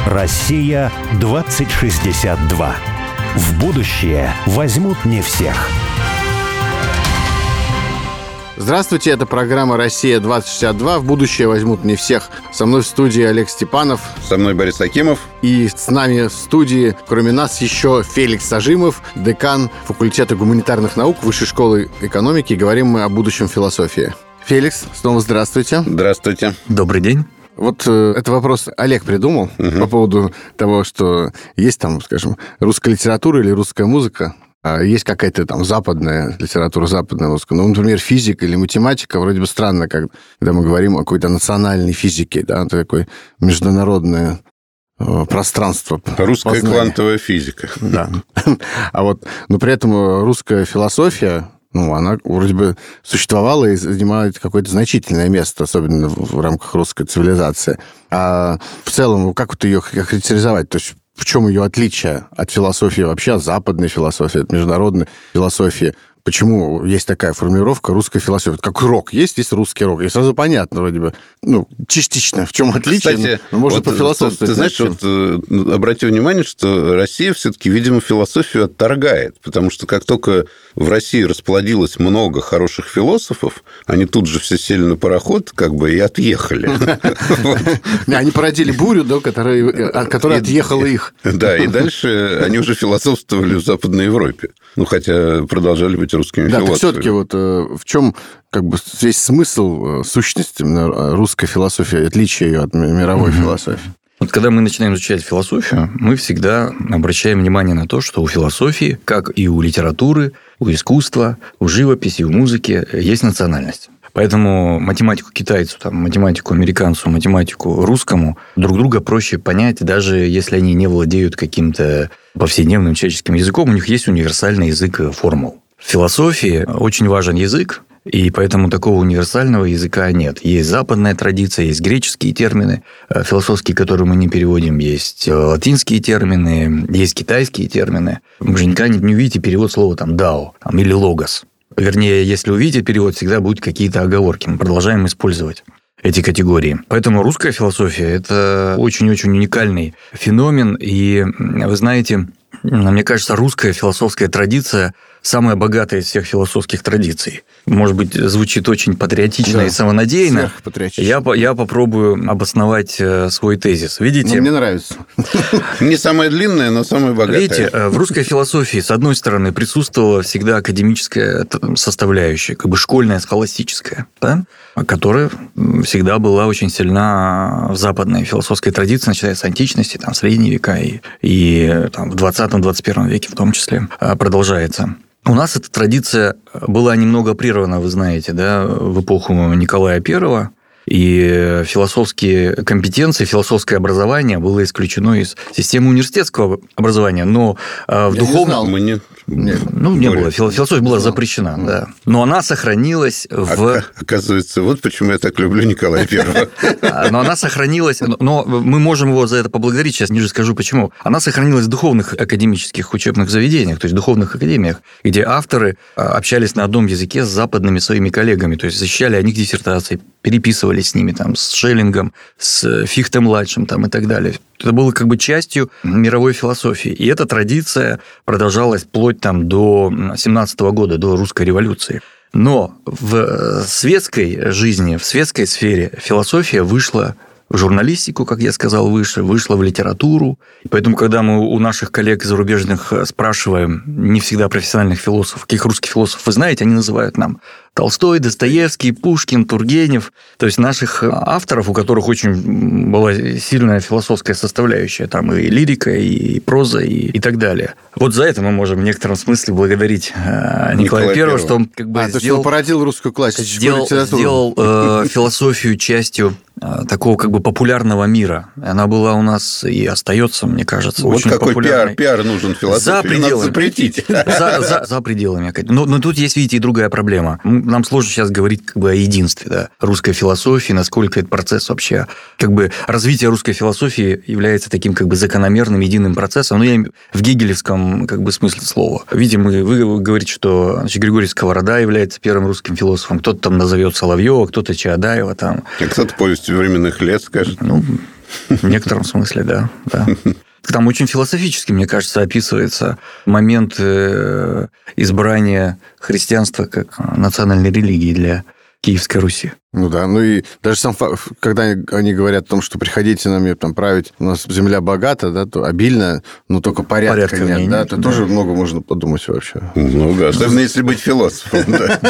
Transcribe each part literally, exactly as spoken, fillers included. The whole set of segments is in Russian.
Россия двадцать шестьдесят два. В будущее возьмут не всех. Здравствуйте, это программа «Россия двадцать шестьдесят два». В будущее возьмут не всех. Со мной в студии Олег Степанов. Со мной Борис Акимов. И с нами в студии, кроме нас, еще Феликс Сажимов, декан факультета гуманитарных наук Высшей школы экономики. Говорим мы о будущем философии. Феликс, снова здравствуйте. Здравствуйте. Добрый день. Вот э, этот вопрос Олег придумал угу. по поводу того, что есть там, скажем, русская литература или русская музыка. Есть какая-то там западная литература, западная музыка. Ну, например, физика или математика. Вроде бы странно, когда мы говорим о какой-то национальной физике, да, это такое международное пространство. Русская познания. Квантовая физика. Да. А вот, но при этом русская философия, ну, она вроде бы существовала и занимает какое-то значительное место, особенно в рамках русской цивилизации. А в целом, как вот ее характеризовать? То есть в чем ее отличие от философии вообще, от западной философии, от международной философии? Почему есть такая формулировка русская философия? Как рок есть, есть русский рок. И сразу понятно вроде бы, ну, частично, в чем отличие. Кстати, ну, можно вот, пофилософствовать. Ты знаешь, вот, обрати внимание, что Россия все-таки, видимо, философию отторгает. Потому что как только в России расплодилось много хороших философов, они тут же все сели на пароход как бы и отъехали. Они породили бурю, которая отъехала их. Да, и дальше они уже философствовали в Западной Европе. Ну, хотя продолжали быть русскими да, философами. Да, все-таки вот в чем как бы весь смысл, сущности русской философии, отличие ее от мировой mm-hmm. философии? Вот когда мы начинаем изучать философию, мы всегда обращаем внимание на то, что у философии, как и у литературы, у искусства, у живописи, у музыки, есть национальность. Поэтому математику китайцу, там, математику американцу, математику русскому друг друга проще понять, даже если они не владеют каким-то повседневным человеческим языком, у них есть универсальный язык формул. В философии очень важен язык, и поэтому такого универсального языка нет. Есть западная традиция, есть греческие термины философские, которые мы не переводим, есть латинские термины, есть китайские термины. Вы же никогда не увидите перевод слова там «дао» там, или «логос». Вернее, если увидите перевод, всегда будут какие-то оговорки. Мы продолжаем использовать эти категории. Поэтому русская философия – это очень-очень уникальный феномен. И вы знаете, мне кажется, русская философская традиция самая богатая из всех философских традиций. Может быть, звучит очень патриотично да, и самонадеянно. Я, я попробую обосновать свой тезис. Видите? Ну, мне нравится. Не самая длинная, но самая богатая. Видите, в русской философии, с одной стороны, присутствовала всегда академическая составляющая, как бы школьная, схоластическая, да? Которая всегда была очень сильна в западной философской традиции, начиная с античности, там, средние века и, и там, в двадцатом-двадцать первом веке в том числе продолжается. У нас эта традиция была немного прервана, вы знаете, да, в эпоху Николая Первого, и философские компетенции, философское образование было исключено из системы университетского образования, но в Я духовном... Не знал. Мы не... Ну, не было. Философия была запрещена, да. Но она сохранилась в... Оказывается, вот почему я так люблю Николая Первого. Но она сохранилась... Но мы можем его за это поблагодарить, сейчас ниже скажу, почему. Она сохранилась в духовных академических учебных заведениях, то есть в духовных академиях, где авторы общались на одном языке с западными своими коллегами, то есть защищали о них диссертации, переписывались с ними, там, с Шеллингом, с Фихте-младшим там, и так далее. Это было как бы частью мировой философии. И эта традиция продолжалась вплоть там, до семнадцатого года, до русской революции. Но в светской жизни, в светской сфере философия вышла в журналистику, как я сказал выше, вышла в литературу. И поэтому, когда мы у наших коллег зарубежных спрашиваем, не всегда профессиональных философов, каких русских философов вы знаете, они называют нам Толстой, Достоевский, Пушкин, Тургенев. То есть наших авторов, у которых очень была сильная философская составляющая, там и лирика, и проза, и, и так далее. Вот за это мы можем в некотором смысле благодарить Николая, Николая Первого, что он как бы а, сделал... то есть он породил русскую классическую сделал, литературу. Сделал э, философию частью э, такого как бы популярного мира. Она была у нас и остается, мне кажется, вот очень какой популярной. пиар, пиар нужен философии. За пределами. Надо запретить. За, за, за пределами. Но, но тут есть, видите, и другая проблема. Нам сложно сейчас говорить как бы о единстве, да, русской философии, насколько этот процесс вообще... Как бы развитие русской философии является таким как бы закономерным, единым процессом. Ну, я в гегелевском как бы смысле слова. Видимо, вы говорите, что значит, Григорий Сковорода является первым русским философом, кто-то там назовет Соловьева, кто-то Чаадаева. Там. А кто-то повесть временных лет, скажет. Ну, в некотором смысле, да. да. Там очень философически, мне кажется, описывается момент избрания христианства как национальной религии для Киевской Руси. Ну да, ну и даже сам факт, когда они, они говорят о том, что приходите нами там править, у нас земля богата, да, то обильная, но только порядка, порядка нет, да, то да. тоже много можно подумать вообще. Много, особенно если быть философом.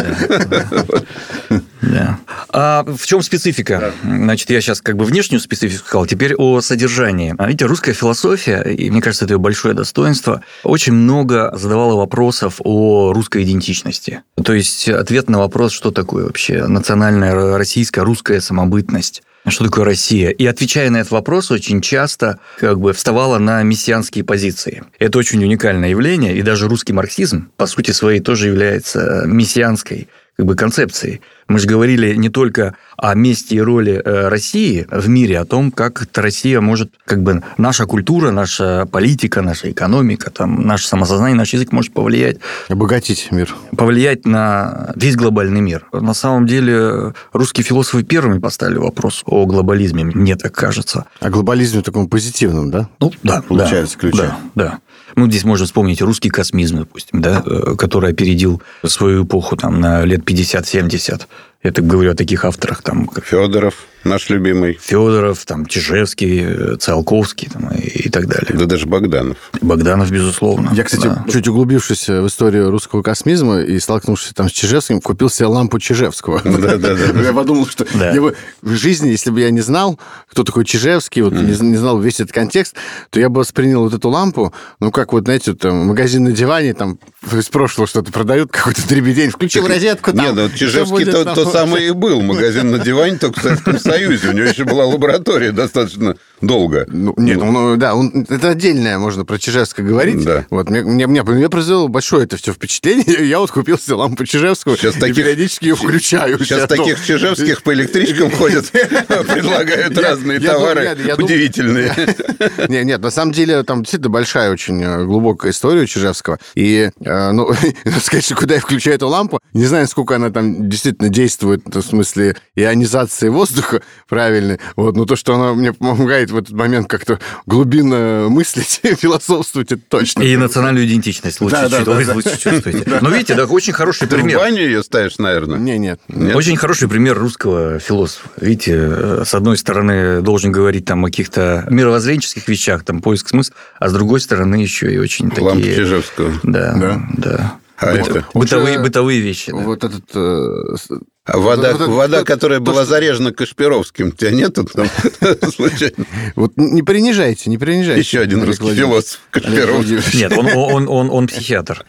Да. А в чем специфика? Значит, я сейчас как бы внешнюю специфику сказал, теперь о содержании. Видите, русская философия, и мне кажется, это ее большое достоинство, очень много задавала вопросов о русской идентичности. То есть ответ на вопрос, что такое вообще национальная российская, русская самобытность. Что такое Россия? И отвечая на этот вопрос, очень часто как бы вставала на мессианские позиции. Это очень уникальное явление, и даже русский марксизм, по сути своей, тоже является мессианской как бы концепцией. Мы же говорили не только о месте и роли России в мире, о том, как эта Россия может, как бы наша культура, наша политика, наша экономика, там, наше самосознание, наш язык может повлиять. Обогатить мир. Повлиять на весь глобальный мир. На самом деле русские философы первыми поставили вопрос о глобализме, мне так кажется. О глобализме в таком позитивном, да? Ну, да. Получается, да, ключе. Да, да. Ну, здесь можно вспомнить русский космизм, допустим, да, который опередил свою эпоху там, на лет пятьдесят-семьдесят. Я так говорю о таких авторах. Там, как Федоров, наш любимый. Федоров, там, Чижевский, Циолковский там, и, и так далее. Да даже Богданов. Богданов, безусловно. Я, кстати, да. чуть углубившись в историю русского космизма и столкнувшись там с Чижевским, купил себе лампу Чижевского. Да-да-да. Я подумал, что я бы в жизни, если бы я не знал, кто такой Чижевский, вот не знал весь этот контекст, то я бы воспринял вот эту лампу, ну, как вот, знаете, там, магазин на диване, там, из прошлого что-то продают, какой-то дребедень, включил розетку. Нет, ну, Чижевский то самый и был. Магазин на диване только в Советском Союзе. У него еще была лаборатория достаточно долго. Ну, нет, ну, да, он, это отдельное, можно про Чижевского говорить. Да. Вот, мне, мне, мне, мне произвело большое это все впечатление. Я вот купил себе лампу Чижевского сейчас и таких, периодически ее включаю. Сейчас таких Чижевских по электричкам ходят, предлагают разные товары удивительные. Нет, нет, на самом деле там действительно большая, очень глубокая история у Чижевского. И, ну, сказать, что куда я включаю эту лампу, не знаю, сколько она там действительно действует, в смысле ионизации воздуха правильной, вот, но то, что она мне помогает в этот момент как-то глубинно мыслить, философствовать, это точно. И национальную идентичность лучше, да, да, да, лучше да. чувствуете. Но видите, да, очень хороший Ты пример. Ты в баню ее ставишь, наверное? Не, нет, нет. Очень хороший пример русского философа. Видите, с одной стороны, должен говорить там о каких-то мировоззренческих вещах, там, поиск смысла, а с другой стороны, еще и очень такие... Лампа Чижевского. Да, да. да. А Быт... это? Бытовые, бытовые вещи. Да. Вот этот... Э... А вода, вот, вода вот, которая то, была что... зарежена Кашпировским, у тебя нету там случайно? Вот не принижайте, не принижайте. Еще один русский философ Кашпировский. Нет, он, он, он, он психиатр.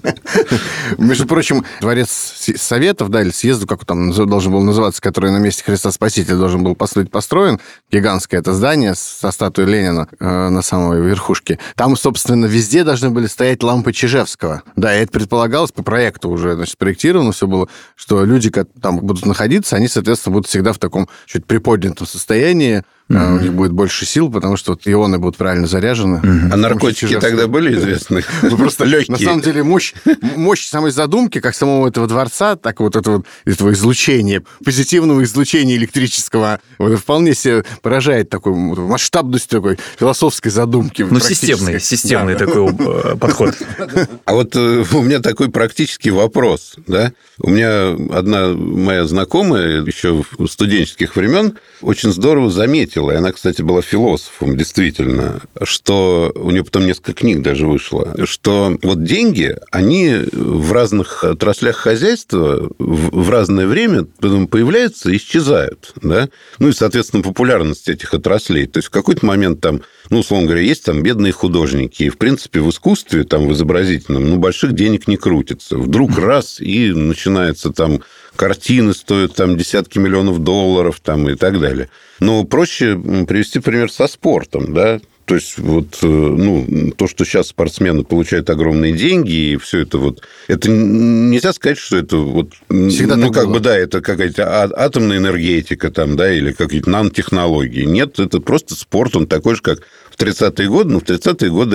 Между прочим, дворец Советов, да, или съезду, как там должен был называться, который на месте Христа Спасителя должен был быть построен, гигантское это здание со статуей Ленина э, на самой верхушке. Там, собственно, везде должны были стоять лампы Чижевского. Да, и это предполагалось по проекту уже, значит, спроектировано все было, что люди, там будут находиться, они, соответственно, будут всегда в таком чуть приподнятом состоянии, mm-hmm. у них будет больше сил, потому что вот ионы будут правильно заряжены. Mm-hmm. А наркотики тогда были известны? Ну, просто легкие. На самом деле мощь, мощь самой задумки, как самого этого дворца, так вот этого, этого излучения, позитивного излучения электрического, вот, вполне себе поражает такой масштабность такой философской задумки. Ну, системный, системный да. такой подход. А вот у меня такой практический вопрос, да? У меня одна моя знакомая еще в студенческих времен очень здорово заметила, и она, кстати, была философом, действительно, что у нее потом несколько книг даже вышло, что вот деньги, они в разных отраслях хозяйства в разное время появляются и исчезают, да? Ну и, соответственно, популярность этих отраслей. То есть в какой-то момент там, ну, условно говоря, есть там бедные художники, и, в принципе, в искусстве, там, в изобразительном, ну, больших денег не крутится. Вдруг раз, и начинается там... Картины стоят там десятки миллионов долларов там, и так далее. Но проще привести пример со спортом, да. То есть вот, ну, то, что сейчас спортсмены получают огромные деньги, и все это вот... Это нельзя сказать, что это вот... Всегда ну, как было. бы, да, это какая-то атомная энергетика там, да, или какие-то нанотехнологии. Нет, это просто спорт, он такой же, как в тридцатые годы. Но в тридцатые годы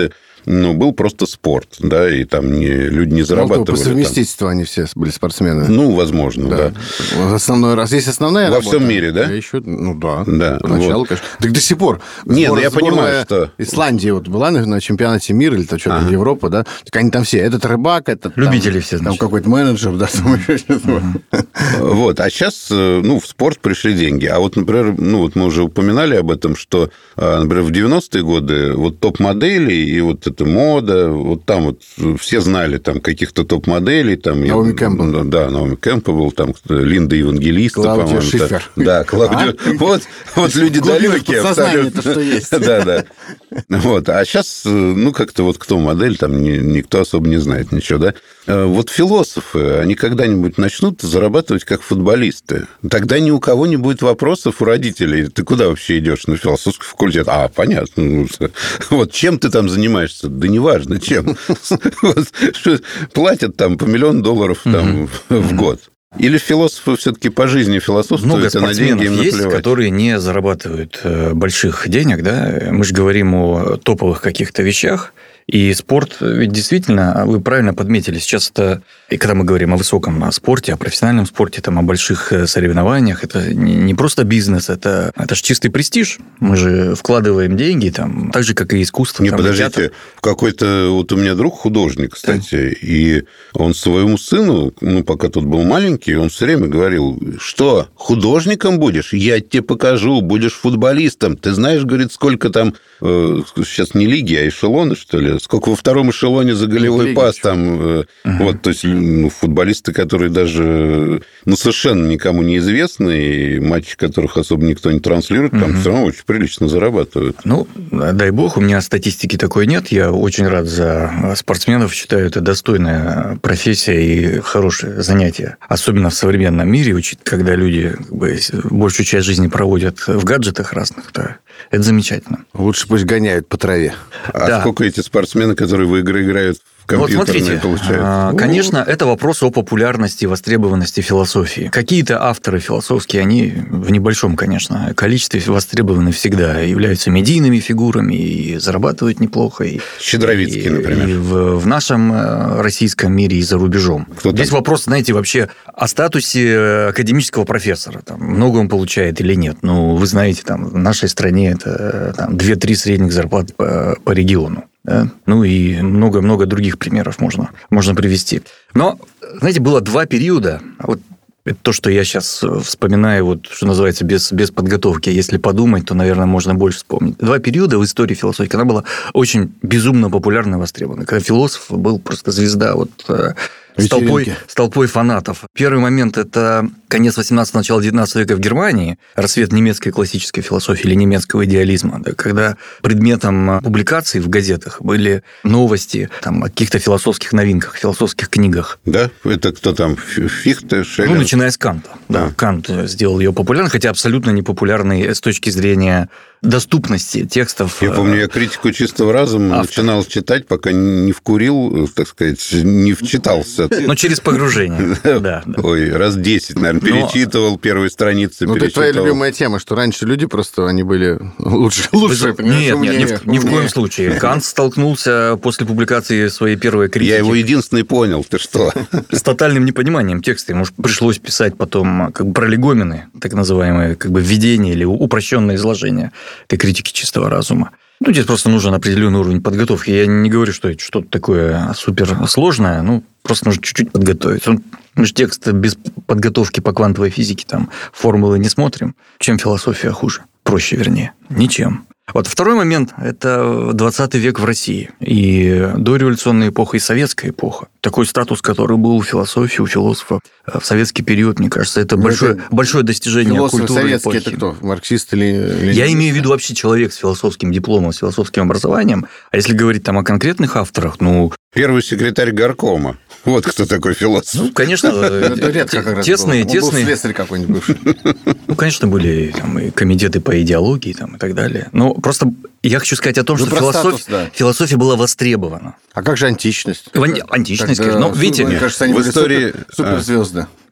ну, был просто спорт, да, и там не, люди не зарабатывали. Ну, по совместительству там. Они все были спортсмены. Ну, возможно, да. да. Основной раз есть основная Во работа. всем мире, да? Еще, ну, да. Да. Поначалу, Вот. конечно. Так до сих пор. Нет, Сбор, ну, я понимаю, что... Исландия вот была на, на чемпионате мира или то что-то, ага. Европа, да? Так они там все. Этот рыбак, этот... Любители там, все, Там значит. какой-то менеджер, да, там еще что-то. Вот. А сейчас, ну, в спорт пришли деньги. А вот, например, ну, вот мы уже упоминали об этом, что, например, в девяностые годы вот топ-модели и вот эта мода, вот там вот все знали там каких-то топ-моделей. Там, Наоми Кэмпбелл. Да, Наоми Кэмпбелл, там Линда Евангелиста, Клаудия Шифер. Да, Клаудия. А? Вот, вот люди далекие. Абсолютно. Что есть. Да, да. Вот. А сейчас, ну, как-то вот кто модель, там никто особо не знает ничего, да? Вот философы, они когда-нибудь начнут зарабатывать как футболисты. Тогда ни у кого не будет вопросов у родителей. Ты куда вообще идешь на философский факультет? А, понятно. Вот чем ты там занимаешься? Да неважно, чем. Вот, что, платят там по миллион долларов там, в год. Или философы все-таки по жизни философствуют, много а на деньги им есть, наплевать? Которые не зарабатывают больших денег, да. Мы же говорим о топовых каких-то вещах. И спорт, ведь действительно, вы правильно подметили, сейчас это, и когда мы говорим о высоком спорте, о профессиональном спорте, там, о больших соревнованиях, это не просто бизнес, это, это же чистый престиж. Мы же вкладываем деньги, там, так же, как и искусство. Не, там, подождите, театр. какой-то... Вот у меня друг художник, кстати, да. И он своему сыну, ну, пока тот был маленький, он все время говорил, что, художником будешь? Я тебе покажу, будешь футболистом. Ты знаешь, говорит, сколько там, э, сейчас не лиги, а эшелоны, что ли? Сколько во втором эшелоне за голевой Лиги, пас там. Uh-huh. Вот, то есть, ну, футболисты, которые даже, ну, совершенно никому не известны, и матчи которых особо никто не транслирует, uh-huh. там все равно очень прилично зарабатывают. Ну, дай бог, у меня статистики такой нет. Я очень рад за спортсменов, считаю, это достойная профессия и хорошее занятие. Особенно в современном мире, когда люди как бы, большую часть жизни проводят в гаджетах разных, да, это замечательно. Лучше пусть гоняют по траве. А да. сколько эти спортсмены, которые в игры играют, в компьютерные, вот смотрите, получают? Конечно, это вопрос о популярности и востребованности философии. Какие-то авторы философские, они в небольшом, конечно, количестве востребованы всегда, являются медийными фигурами и зарабатывают неплохо. И, Щедровицкий, и, например. И в, в нашем российском мире, и за рубежом. Кто Здесь там? Вопрос, знаете, вообще о статусе академического профессора. Там, много он получает или нет. Ну, вы знаете, там, в нашей стране это там, две-три средних зарплаты по, по региону. Да? Ну, и много-много других примеров можно, можно привести. Но, знаете, было два периода. Вот это то, что я сейчас вспоминаю, вот, что называется, без, без подготовки. Если подумать, то, наверное, можно больше вспомнить. Два периода в истории философии, когда была очень безумно популярна и востребована. Когда философ был просто звезда вот, с, толпой, с толпой фанатов. Первый момент – это конец восемнадцатого, начало девятнадцатого века в Германии, рассвет немецкой классической философии или немецкого идеализма, да, когда предметом публикаций в газетах были новости там, о каких-то философских новинках, философских книгах. Да? Это кто там? Фихте, Шеллинг? Ну, начиная с Канта. Да. Да. Кант сделал ее популярной, хотя абсолютно непопулярной с точки зрения доступности текстов. Я помню, я критику чистого разума автор. начинал читать, пока не вкурил, так сказать, не вчитался. Но через погружение. Да. Ой, раз десять, наверное, перечитывал первые страницы. Ну, это твоя любимая тема, что раньше люди просто, они были лучше. лучше нет, нет, ни, в, ни в коем случае. Кант столкнулся после публикации своей первой критики. Я его единственный понял, ты что? С тотальным непониманием текста. Ему пришлось писать потом как бы пролегомены, так называемые, как бы введение или упрощенное изложение этой критики чистого разума. Ну, здесь просто нужен определенный уровень подготовки. Я не говорю, что это что-то такое суперсложное, ну, просто нужно чуть-чуть подготовиться. Мы же текст без подготовки по квантовой физике, там, формулы не смотрим. Чем философия хуже? Проще, вернее. Ничем. Вот второй момент – это двадцатый век в России. И дореволюционная эпоха, и советская эпоха. Такой статус, который был у философии, у философов в советский период, мне кажется, это большое, это большое достижение философы культуры советские эпохи. Это кто? Марксист или... или... Я имею в виду вообще человек с философским дипломом, с философским образованием. А если говорить там о конкретных авторах, ну... Первый секретарь горкома. Вот кто такой философ. Ну, конечно, тесные... Он был слесарь какой-нибудь бывший. Ну, конечно, были там, и комитеты по идеологии там, и так далее. Но просто я хочу сказать о том, что философия, философия была востребована. А как же античность? Античность, конечно. Ну, видите, мне кажется, они в были истории... супер, суперзвезды.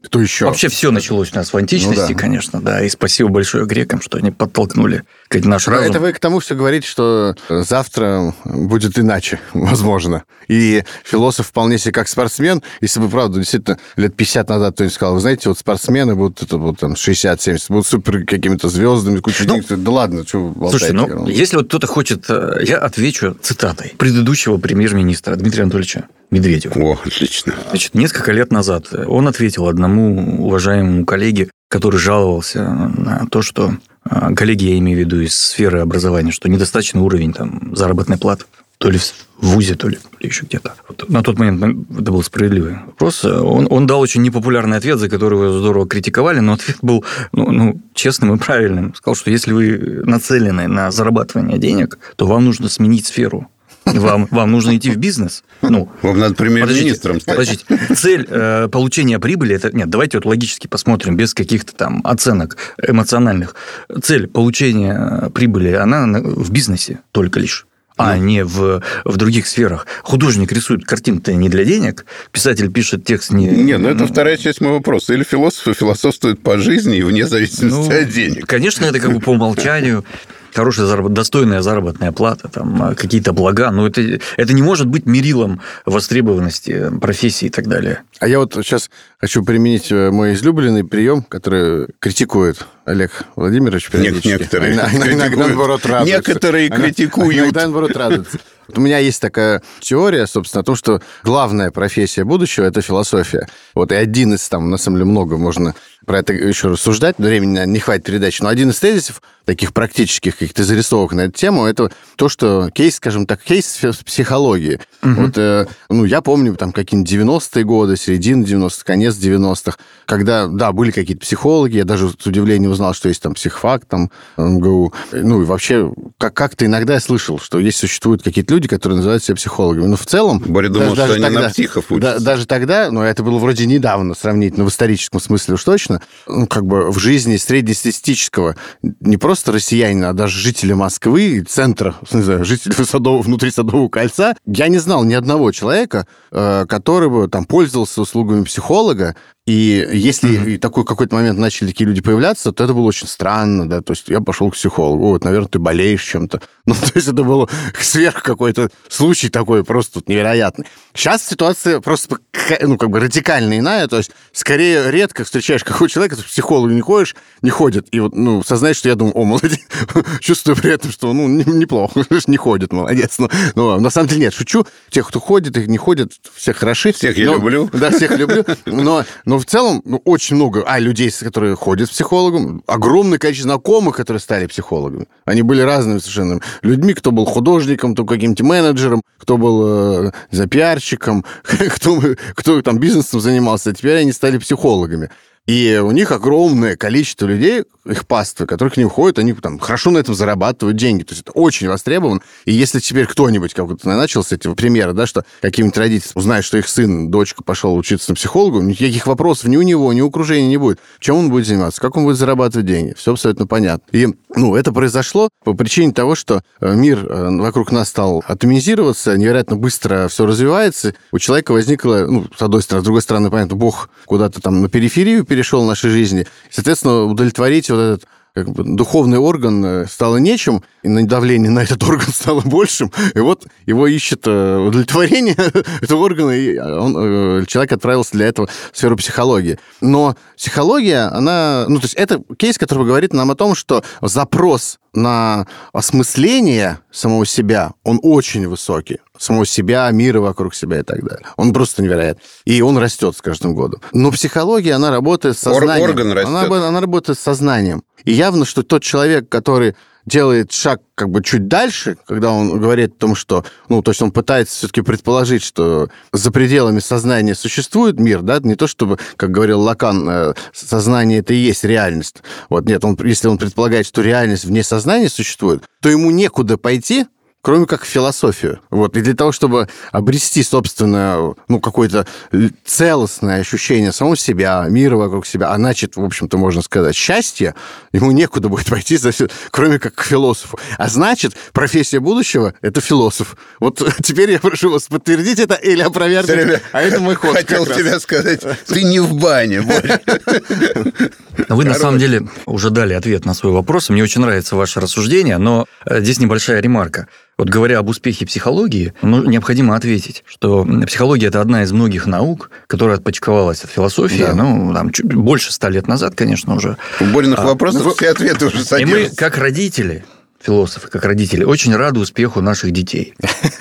Кто еще? Вообще все началось у нас в античности, ну, да. конечно, да. И спасибо большое грекам, что они подтолкнули к наш разум. Это вы к тому все говорите, что завтра будет иначе, возможно. И философ вполне себе как спортсмен, если бы, правда, действительно, лет пятьдесят назад кто-нибудь сказал, вы знаете, вот спортсмены будут, это вот там шестьдесят-семьдесят, будут супер какими-то звездами, куча денег. Ну, да ладно, что вы болтаете? Слушайте, ну, если вот кто-то хочет, я отвечу цитатой предыдущего премьер-министра Дмитрия Анатольевича Медведева. О, отлично. Значит, несколько лет назад он ответил одному уважаемому коллеге, который жаловался на то, что коллеги, я имею в виду из сферы образования, что недостаточный уровень там, заработной платы, то ли в ВУЗе, то ли еще где-то. Вот на тот момент это был справедливый вопрос. Он, он дал очень непопулярный ответ, за который его здорово критиковали, но ответ был ну, ну, честным и правильным. Сказал, что если вы нацелены на зарабатывание денег, то вам нужно сменить сферу. Вам, вам нужно идти в бизнес. Ну, вам надо премьер-министром стать. Подождите. Цель э, получения прибыли... Это... Нет, давайте вот логически посмотрим, без каких-то там оценок эмоциональных. Цель получения прибыли, она в бизнесе только лишь. А ну. не в, в других сферах. Художник рисует картины-то не для денег, писатель пишет текст не... Не, ну это вторая часть моего вопроса. Или философы философствуют по жизни и вне зависимости ну, от денег? Конечно, это как бы по умолчанию. Хорошая заработ... достойная заработная плата, там, какие-то блага, но это, это не может быть мерилом востребованности профессии и так далее. А я вот сейчас хочу применить мой излюбленный прием, который критикует Олег Владимирович периодически. Некоторые а иногда, иногда, наоборот, радуются. Некоторые критикуют. Иногда, наоборот, радуются. Вот у меня есть такая теория, собственно, о том, что главная профессия будущего – это философия. Вот, и один из, там, на самом деле, много можно про это еще рассуждать, времени не хватит передачи, но один из тезисов, таких практических каких-то зарисовок на эту тему, это то, что кейс, скажем так, кейс психологии. Угу. Вот, э, ну, я помню, там, какие-нибудь девяностые годы, середина девяностых, конец девяностых, когда, да, были какие-то психологи, я даже с удивлением узнал, что есть там психфак, там, эм гэ у. Ну, и вообще, как- как-то иногда я слышал, что есть, существуют какие-то люди, которые называют себя психологами. Но в целом... Боря думал, даже, что даже они тогда, на психов учатся. Да, даже тогда, но это было вроде недавно, сравнительно, в историческом смысле уж точно, ну, как бы в жизни среднестатистического, не просто россиянина, а даже жителя Москвы, центра, не знаю, жителя Садового, внутри Садового кольца, я не знал ни одного человека, который бы там пользовался услугами психолога. И если mm-hmm. такой какой-то момент начали такие люди появляться, то это было очень странно, да, то есть я пошел к психологу, вот, наверное, ты болеешь чем-то. Ну, то есть это был сверх какой-то случай такой просто тут невероятный. Сейчас ситуация просто, ну, как бы радикально иная, то есть скорее редко встречаешь какого человека, ты к психологу не ходишь, не ходит, и вот, ну, сознаешь, что я думаю, о, молодец, чувствую при этом, что, ну, неплохо, не ходит, молодец. Ну, ну, на самом деле нет, шучу, тех, кто ходит, их не ходит, всех хороши. Всех я но, люблю. Да, всех люблю, но... Но в целом ну, очень много а, людей, которые ходят к психологам, огромное количество знакомых, которые стали психологами. Они были разными совершенно людьми, кто был художником, кто каким-то менеджером, кто был, не знаю, пиарщиком, кто, кто там бизнесом занимался, а теперь они стали психологами. И у них огромное количество людей, их паствы, которые к ним ходят, они там хорошо на этом зарабатывают деньги. То есть это очень востребовано. И если теперь кто-нибудь, как вот начал с этого примера, да, что какие-нибудь родители узнают, что их сын, дочка пошел учиться на психологу, никаких вопросов ни у него, ни у окружения не будет. Чем он будет заниматься, как он будет зарабатывать деньги. Все абсолютно понятно. И, ну, это произошло по причине того, что мир вокруг нас стал атомизироваться, невероятно быстро все развивается. У человека возникло, ну, с одной стороны, с другой стороны, понятно, Бог куда-то там на периферию перешел в нашей жизни. Соответственно, удовлетворить вот этот как бы, духовный орган стало нечем, и давление на этот орган стало большим, и вот его ищет удовлетворение этого органа, и он, человек отправился для этого в сферу психологии. Но психология, она... Ну, то есть это кейс, который говорит нам о том, что запрос на осмысление самого себя, он очень высокий. Самого себя, мира вокруг себя и так далее. Он просто невероятный. И он растет с каждым годом. Но психология, она работает с сознанием. Орган растет. Она, она работает с сознанием. И явно, что тот человек, который делает шаг как бы чуть дальше, когда он говорит о том, что, ну, то есть он пытается все-таки предположить, что за пределами сознания существует мир, да, не то чтобы, как говорил Лакан, сознание это и есть реальность. Вот нет, он, если он предполагает, что реальность вне сознания существует, то ему некуда пойти, кроме как философию. Вот. И для того, чтобы обрести, собственно, ну, какое-то целостное ощущение самого себя, мира вокруг себя, а значит, в общем-то, можно сказать, счастье, ему некуда будет пойти, кроме как к философу. А значит, профессия будущего – это философ. Вот теперь я прошу вас подтвердить это или опровергнуть. А это мой ход. Хотел тебе сказать, ты не в бане, Боря. Вы, на самом деле, уже дали ответ на свой вопрос. Мне очень нравится ваше рассуждение, но здесь небольшая ремарка. Вот говоря об успехе психологии, ну, необходимо ответить, что психология – это одна из многих наук, которая отпочковалась от философии, да. ну, там, чуть больше ста лет назад, конечно, уже. У Бориных а, вопросов ну, все ответы уже содержатся. И мы, как родители... философы, как родители, очень рады успеху наших детей.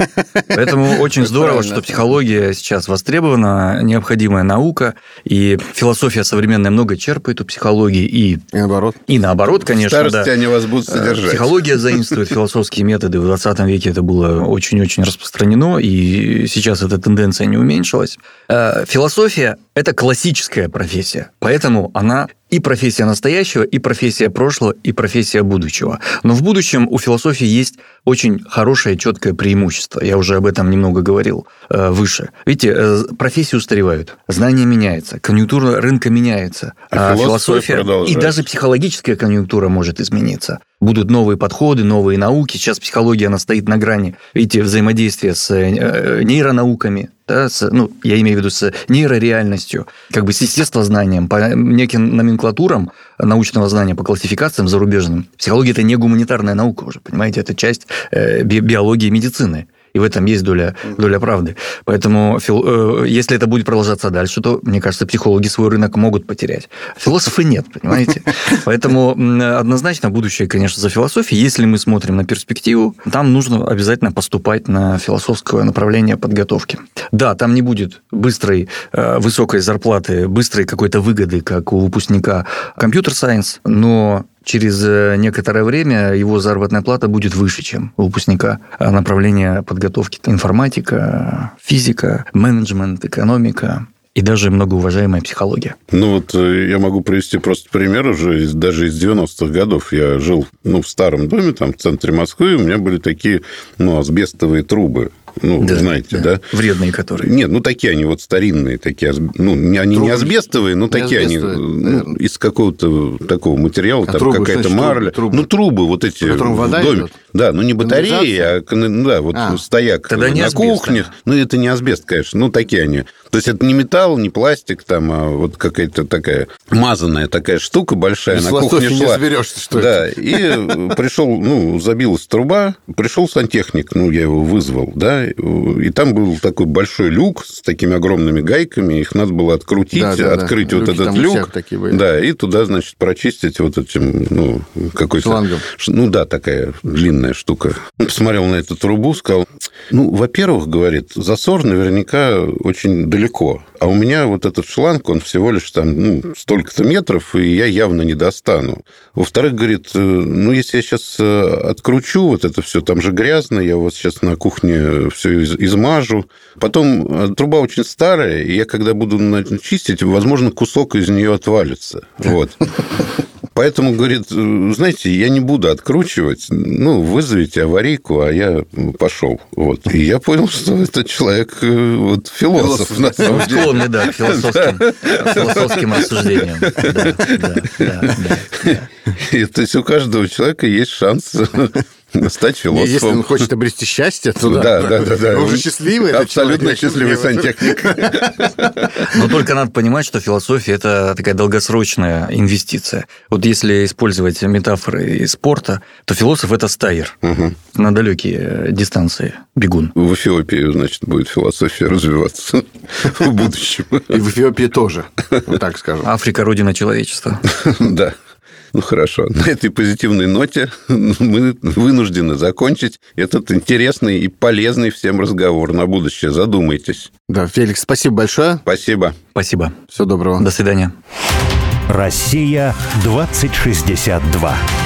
Поэтому очень здорово, что психология сейчас востребована, необходимая наука, и философия современная много черпает у психологии, и, и наоборот. И наоборот, конечно. В старости да. они вас будут содержать. Психология заимствует философские методы. В двадцатом веке это было очень-очень распространено, и сейчас эта тенденция не уменьшилась. Философия – это классическая профессия, поэтому она и профессия настоящего, и профессия прошлого, и профессия будущего. Но в будущем у философии есть очень хорошее, четкое преимущество. Я уже об этом немного говорил э, выше. Видите, э, профессии устаревают, знания меняются, конъюнктура рынка меняется, а философия и даже психологическая конъюнктура может измениться. Будут новые подходы, новые науки. Сейчас психология, она стоит на грани, видите, взаимодействия с нейронауками, да, с, ну, я имею в виду с нейрореальностью, как бы с естествознанием, по неким номенклатурам научного знания, по классификациям зарубежным. Психология – это не гуманитарная наука уже, понимаете, это часть биологии и медицины. И в этом есть доля, доля правды. Поэтому, если это будет продолжаться дальше, то, мне кажется, психологи свой рынок могут потерять. Философы нет, понимаете? Поэтому однозначно будущее, конечно, за философией. Если мы смотрим на перспективу, там нужно обязательно поступать на философское направление подготовки. Да, там не будет быстрой, высокой зарплаты, быстрой какой-то выгоды, как у выпускника компьютер-сайенс, но через некоторое время его заработная плата будет выше, чем у выпускника направления подготовки. Информатика, физика, менеджмент, экономика и даже многоуважаемая психология. Ну вот я могу привести просто пример уже даже из девяностых годов. Я жил ну, в старом доме, там в центре Москвы, у меня были такие ну, асбестовые трубы. Ну, да, знаете, да. да? Вредные которые. Нет, ну, такие они вот старинные, такие, ну, они трубы, не асбестовые, но такие асбестовые, они ну, из какого-то такого материала, а там трубы, какая-то марля. Трубы? Ну, трубы вот эти в доме. Идет? Да, ну, не батареи, а, ну, да, вот а, стояк на асбест, кухне. Да. Ну, это не асбест, конечно, ну, такие они. То есть, это не металл, не пластик, там, а вот какая-то такая мазанная такая штука большая без на кухне шла. Не разберешься, что да, это. И пришел, ну, забилась труба, пришел сантехник, ну, я его вызвал, да, и там был такой большой люк с такими огромными гайками, их надо было открутить, да, да, открыть да. вот Люки этот люк, да, и туда, значит, прочистить вот этим, ну, какой-то... Шлангом. Ну, да, такая длинная штука. Посмотрел на эту трубу, сказал, ну, во-первых, говорит, засор наверняка очень далеко, а у меня вот этот шланг, он всего лишь там, ну, столько-то метров, и я явно не достану. Во-вторых, говорит, ну, если я сейчас откручу вот это все, там же грязно, я вот сейчас на кухне все измажу. Потом труба очень старая, и я, когда буду чистить, возможно, кусок из нее отвалится. Вот. Поэтому, говорит, знаете, я не буду откручивать, ну, вызовите аварийку, а я пошел. Вот. И я понял, что этот человек вот, философ, философ на самом деле. Склонный, да, к философским, да. философским рассуждениям. Да, да, да, да. И, то есть у каждого человека есть шанс стать философом. Если он хочет обрести счастье, то да, да, да, да. Он уже счастливый. Абсолютно счастливый сантехник. Но только надо понимать, что философия – это такая долгосрочная инвестиция. Вот если использовать метафоры из спорта, то философ – это стайер угу. на далекие дистанции, бегун. В Эфиопии, значит, будет философия развиваться в будущем. И в Эфиопии тоже, вот так скажем. Африка – родина человечества. Да. Ну, хорошо. На этой позитивной ноте мы вынуждены закончить этот интересный и полезный всем разговор на будущее. Задумайтесь. Да, Феликс, спасибо большое. Спасибо. Спасибо. Всего доброго. До свидания. Россия двадцать шестьдесят два.